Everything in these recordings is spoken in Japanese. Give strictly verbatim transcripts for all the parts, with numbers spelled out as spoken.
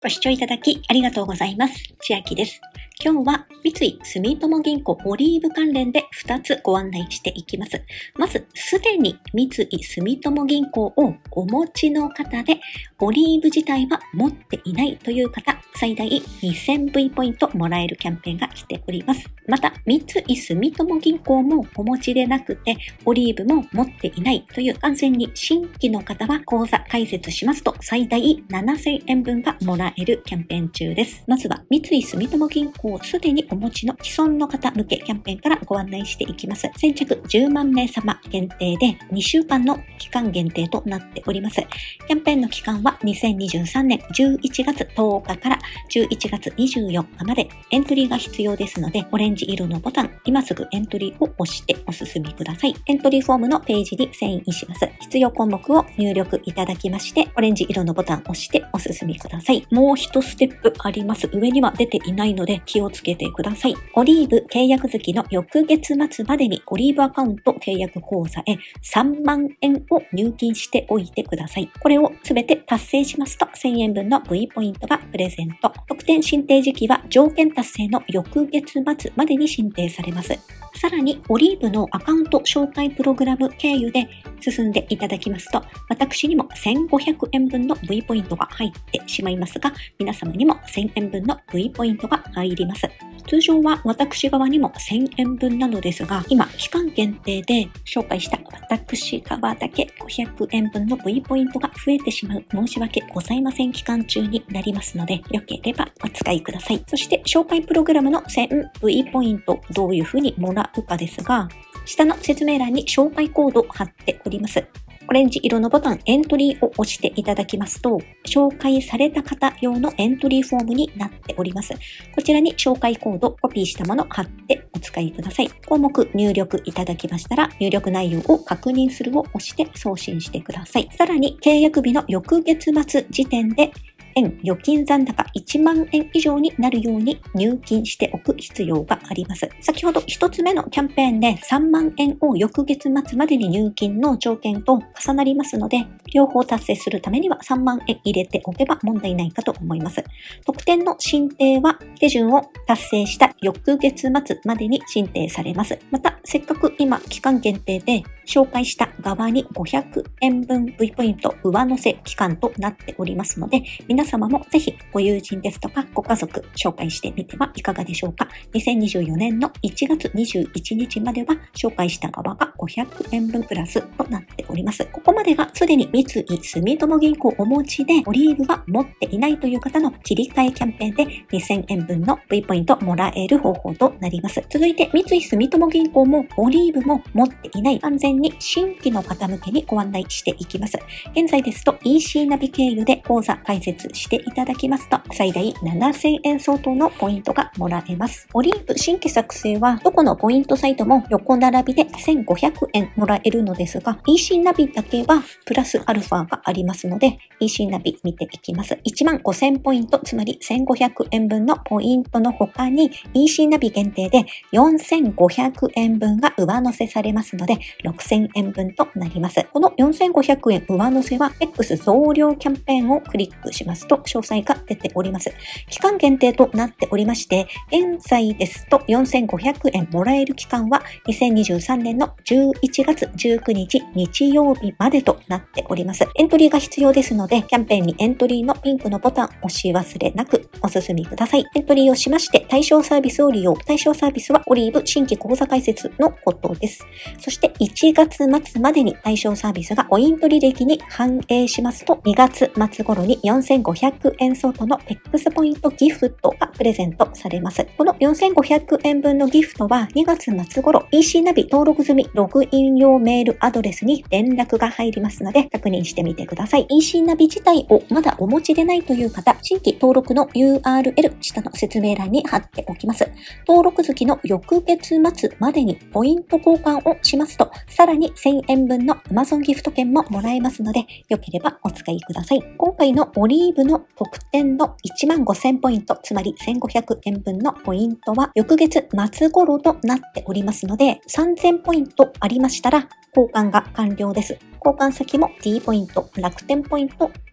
ご視聴いただきありがとうございます。千秋です。今日は三井住友銀行オリーブ関連でふたつご案内していきます。まず、すでに三井住友銀行をお持ちの方で、オリーブ自体は持っていないという方、最大にせんブイ ポイントもらえるキャンペーンが来ております。また、三井住友銀行もお持ちでなくて、オリーブも持っていないという完全に新規の方は口座開設しますと最大ななせんえんぶんがもらえるキャンペーン中です。まずは三井住友銀行をすでにお持ちの既存の方向けキャンペーンからご案内していきます。先着じゅうまんめい様限定でにしゅうかんの期間限定となっております。キャンペーンの期間はにせんにじゅうさんねんじゅういちがつとおかからじゅういちがつにじゅうよっかまでエントリーが必要ですので、オレンジ色のボタン、今すぐエントリーを押してお進みください。エントリーフォームのページに遷移します。必要項目を入力いただきまして、オレンジ色のボタンを押してお進みください。もう一ステップあります。上には出ていないので気をつけてください。オリーブ契約月の翌月末までにオリーブアカウント契約口座へさんまんえんを入金しておいてください。これをすべて達成しますとせんえんぶんの V ポイントがプレゼント。特典申請時期は条件達成の翌月末までに申請されます。さらにオリーブのアカウント紹介プログラム経由で進んでいただきますと、私にもせんごひゃくえんぶんの V ポイントが入ってしまいますが、皆様にもせんえんぶんの V ポイントが入ります。通常は私側にもせんえんぶんなのですが、今期間限定で紹介した私側だけごひゃくえんぶんの V ポイントが増えてしまう、申し訳ございません期間中になりますので、よければお使いください。そして紹介プログラムの せんブイ ポイント、どういうふうにもらうかですが、下の説明欄に紹介コードを貼っております。オレンジ色のボタンエントリーを押していただきますと、紹介された方用のエントリーフォームになっております。こちらに紹介コード、コピーしたものを貼ってお使いください。項目入力いただきましたら、入力内容を確認するを押して送信してください。さらに契約日の翌月末時点で円預金残高いちまんえん以上になるように入金しておく必要があります。先ほど一つ目のキャンペーンでさんまんえんを翌月末までに入金の条件と重なりますので、両方達成するためにはさんまんえん入れておけば問題ないかと思います。特典の申請は手順を達成した翌月末までに申請されます。また、せっかく今期間限定で紹介した側にごひゃくえんぶん V ポイント上乗せ期間となっておりますので、皆様もぜひご友人ですとかご家族紹介してみてはいかがでしょうか。にせんにじゅうよねんのいちがつにじゅういちにちまでは紹介した側がごひゃくえんぶんプラスとなっております。ここまでがすでに三井住友銀行お持ちでオリーブは持っていないという方の切り替えキャンペーンでにせんえんぶんの V ポイントもらえる方法となります。続いて三井住友銀行もオリーブも持っていない完全に新規の方向けにご案内していきます。現在ですと イーシー ナビ経由で口座開設していただきますと最大ななせんえん相当のポイントがもらえます。オリーブ新規作成はどこのポイントサイトも横並びでせんごひゃくえんもらえるのですが、 イーシー ナビだけはプラスアルファがありますので イーシー ナビ見ていきます。いちまんごせんポイント、つまりせんごひゃくえんぶんのポイントの他に イーシー ナビ限定でよんせんごひゃくえんぶんが上乗せされますのでろくせんえんぶんとなります。このよんせんごひゃくえん上乗せは X 増量キャンペーンをクリックしますと詳細が出ております。期間限定となっておりまして、現在ですとよんせんごひゃくえんもらえる期間はにせんにじゅうさんねんのじゅういちがつじゅうくにち日曜日までとなっております。エントリーが必要ですので、キャンペーンにエントリーのピンクのボタン押し忘れなくお進みください。エントリーをしまして対象サービスを利用。対象サービスはオリーブ新規口座開設のことです。そしていちがつ末までに対象サービスがポイント履歴に反映しますと、にがつ末頃によんせんごひゃくえん相当の エックス ポイントギフトがプレゼントされます。このよんせんごひゃくえんぶんのギフトはにがつ末頃 イーシー ナビ登録済みログイン用メールアドレスに連絡が入りますので確認してみてください。イーシー ナビ自体をまだお持ちでないという方、新規登録の ユーアールエル 下の説明欄に貼っておきます。登録月の翌月末までにポイント交換をしますと、さらにせんえんぶんの Amazon ギフト券ももらえますので、よければお使いください。今回のオリーブの特典のいちまんごせんポイント、つまりせんごひゃくえんぶんのポイントは翌月末頃となっておりますので、さんぜんポイントありましたら交換が完了です。交換先も T ポイント、楽天ポイント、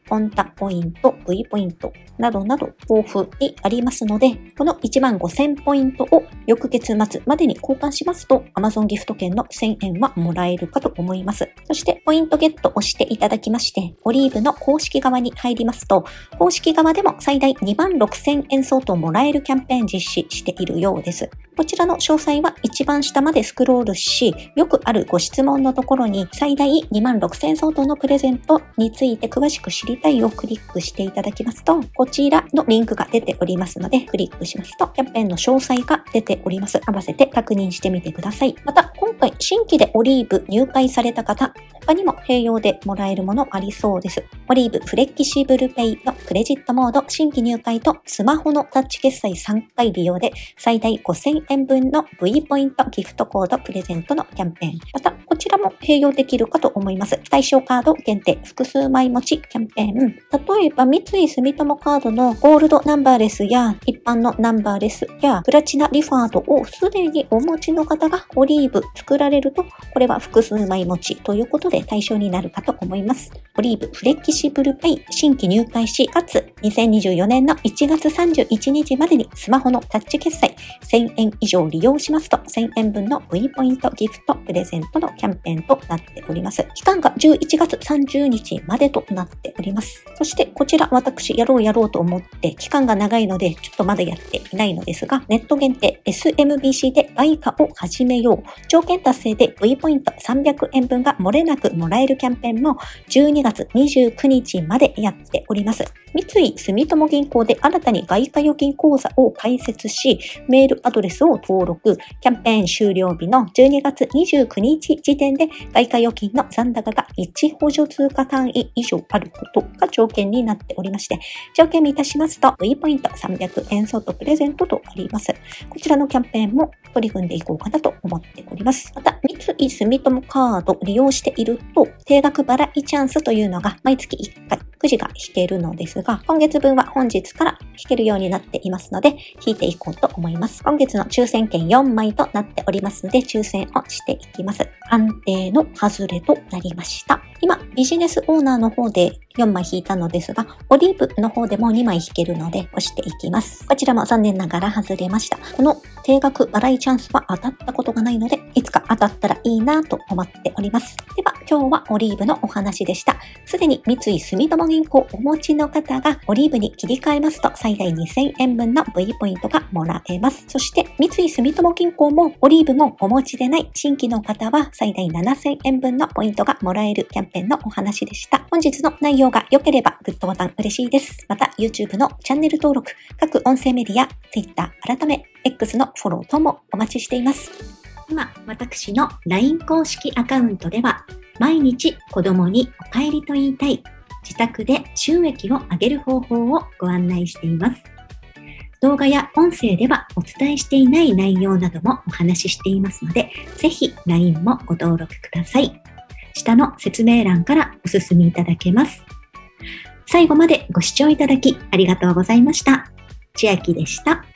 ポンタポイント、V ポイントなどなど豊富にありますので、このいちまんごせんポイントを翌月末までに交換しますと Amazon ギフト券のせんえんはもらえるかと思います。そしてポイントゲットをしていただきまして、オリーブの公式側に入りますと、公式側でも最大にまんろくせんえん相当もらえるキャンペーン実施しているようです。こちらの詳細は一番下までスクロールし、よくあるご質問のところに最大にまんろくせん相当のプレゼントについて詳しく知りたいをクリックしていただきますと、こちらのリンクが出ておりますので、クリックしますとキャンペーンの詳細が出ております。合わせて確認してみてください。また、今回新規でオリーブ入会された方、他にも併用でもらえるものありそうです。オリーブフレキシブルペイのクレジットモード新規入会とスマホのタッチ決済さんかい利用で最大ごせんえんぶんの V ポイントギフトコードプレゼントのキャンペーン。また、こちらも併用できるかと思います。対象カード限定複数枚持ちキャンペーン。例えば、三井住友カードのゴールドナンバーレスや一般のナンバーレスやプラチナリファードをすでにお持ちの方がオリーブ作られると、これは複数枚持ちということで対象になるかと思います。オリーブフレキシブルペイ新規入会し、かつにせんにじゅうよねんのいちがつさんじゅういちにちまでにスマホのタッチ決済せんえん以上利用しますとせんえんぶんの V ポイントギフトプレゼントのキャンペーンとなっております。期間がじゅういちがつさんじゅうにちまでとなっております。そしてこちら私やろうやろうと思って期間が長いのでちょっとまだやっていないのですが、ネット限定 エスエムビーシー で外貨を始めよう。条件達成で V ポイントさんびゃくえんぶんが漏れなくもらえるキャンペーンもじゅうにがつにじゅうくにちまでやっております。三井住友銀行で新たに外貨預金口座を開設し、メールアドレスを登録、キャンペーン終了日のじゅうにがつにじゅうくにち時点で外貨預金の残高がいち補助通貨単位以上あることが条件になっておりまして、条件にいたしますと V ポイントさんびゃくえん相当プレゼントとあります。こちらのキャンペーンも取り組んでいこうかなと思っております。また、三井住友カードを利用していると、定額払いチャンスというのが毎月いっかいくじが引けるのですが、今月分は本日から引けるようになっていますので、引いていこうと思います。今月の抽選券よんまいとなっておりますので、抽選をしていきます。安定の外れとなりました。今、ビジネスオーナーの方でよんまい引いたのですが、オリーブの方でもにまい引けるので押していきます。こちらも残念ながら外れました。この定額払いチャンスは当たったことがないので、いつか当たったらいいなと思っております。では、今日はオリーブのお話でした。すでに三井住友銀行をお持ちの方がオリーブに切り替えますと最大にせんえんぶんの V ポイントがもらえます。そして三井住友銀行もオリーブもお持ちでない新規の方は最大ななせんえんぶんのポイントがもらえるキャンペーンのお話でした。本日の内容が良ければグッドボタン嬉しいです。また YouTube のチャンネル登録、各音声メディア、Twitter、改め X のフォロー等もお待ちしています。今、私の ライン 公式アカウントでは毎日子供にお帰りと言いたい自宅で収益を上げる方法をご案内しています。動画や音声ではお伝えしていない内容などもお話ししていますので、ぜひ ライン もご登録ください。下の説明欄からお進みいただけます。最後までご視聴いただきありがとうございました。千秋でした。